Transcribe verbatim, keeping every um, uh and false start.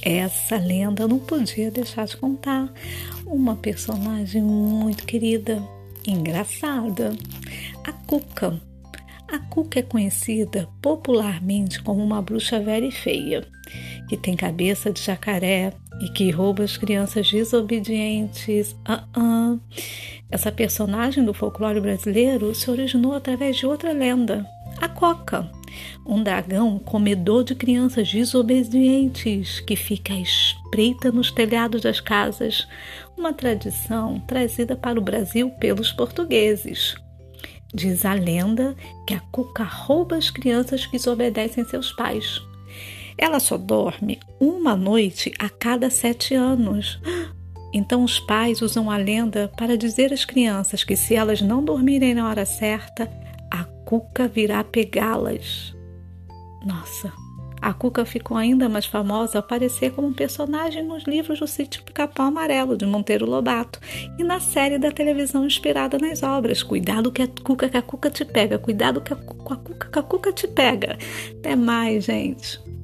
essa lenda eu não podia deixar de contar. Uma personagem muito querida, engraçada, a Cuca. A Cuca é conhecida popularmente como uma bruxa velha e feia, que tem cabeça de jacaré e que rouba as crianças desobedientes. Uh-uh. Essa personagem do folclore brasileiro se originou através de outra lenda, a Coca, um dragão comedor de crianças desobedientes que fica à espreita nos telhados das casas, uma tradição trazida para o Brasil pelos portugueses. Diz a lenda que a Cuca rouba as crianças que desobedecem seus pais. Ela só dorme uma noite a cada sete anos. Então os pais usam a lenda para dizer às crianças que se elas não dormirem na hora certa, a Cuca virá pegá-las. Nossa, a Cuca ficou ainda mais famosa ao aparecer como um personagem nos livros do Sítio Pica-Pau Amarelo, de Monteiro Lobato, e na série da televisão inspirada nas obras Cuidado que a Cuca que a Cuca te pega, cuidado que a, com a Cuca que a Cuca te pega. Até mais, gente!